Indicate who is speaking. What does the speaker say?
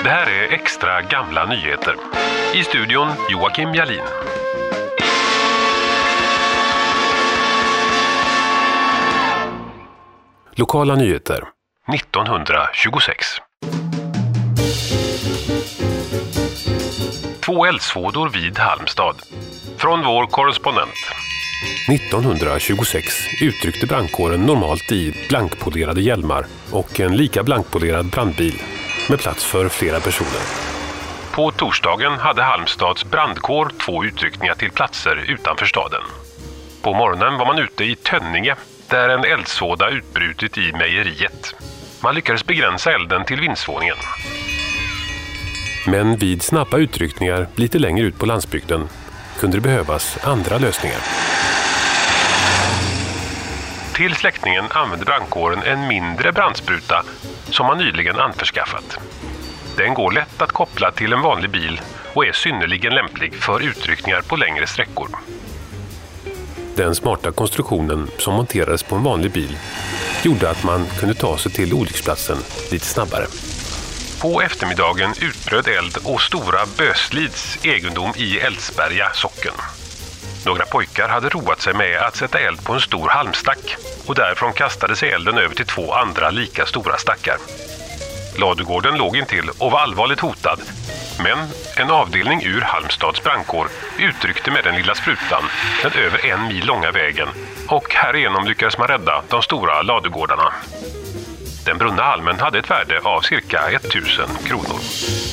Speaker 1: Det här är extra gamla nyheter. I studion Joakim Jalin. Lokala nyheter 1926. 2 eldsvådor vid Halmstad. Från vår korrespondent. 1926 uttryckte brandkåren normalt i blankpolerade hjälmar och en lika blankpolerad brandbil med plats för flera personer. På torsdagen hade Halmstads brandkår 2 utryckningar till platser utanför staden. På morgonen var man ute i Tönninge där en eldsvåda utbrutit i mejeriet. Man lyckades begränsa elden till vindsvåningen. Men vid snabba utryckningar lite längre ut på landsbygden kunde det behövas andra lösningar. Till släckningen använde brandkåren en mindre brandspruta som man nyligen anförskaffat. Den går lätt att koppla till en vanlig bil och är synnerligen lämplig för utryckningar på längre sträckor. Den smarta konstruktionen som monterades på en vanlig bil gjorde att man kunde ta sig till olycksplatsen lite snabbare. På eftermiddagen utbröt eld och stora Böslids egendom i Eldsberga socken. Några pojkar hade roat sig med att sätta eld på en stor halmstack och därifrån kastade sig elden över till 2 andra lika stora stackar. Ladugården låg intill och var allvarligt hotad, men en avdelning ur Halmstads brandkår utryckte med den lilla sprutan den över 1 mil långa vägen och härigenom lyckades man rädda de stora ladugårdarna. Den brunna halmen hade ett värde av cirka 1000 kronor.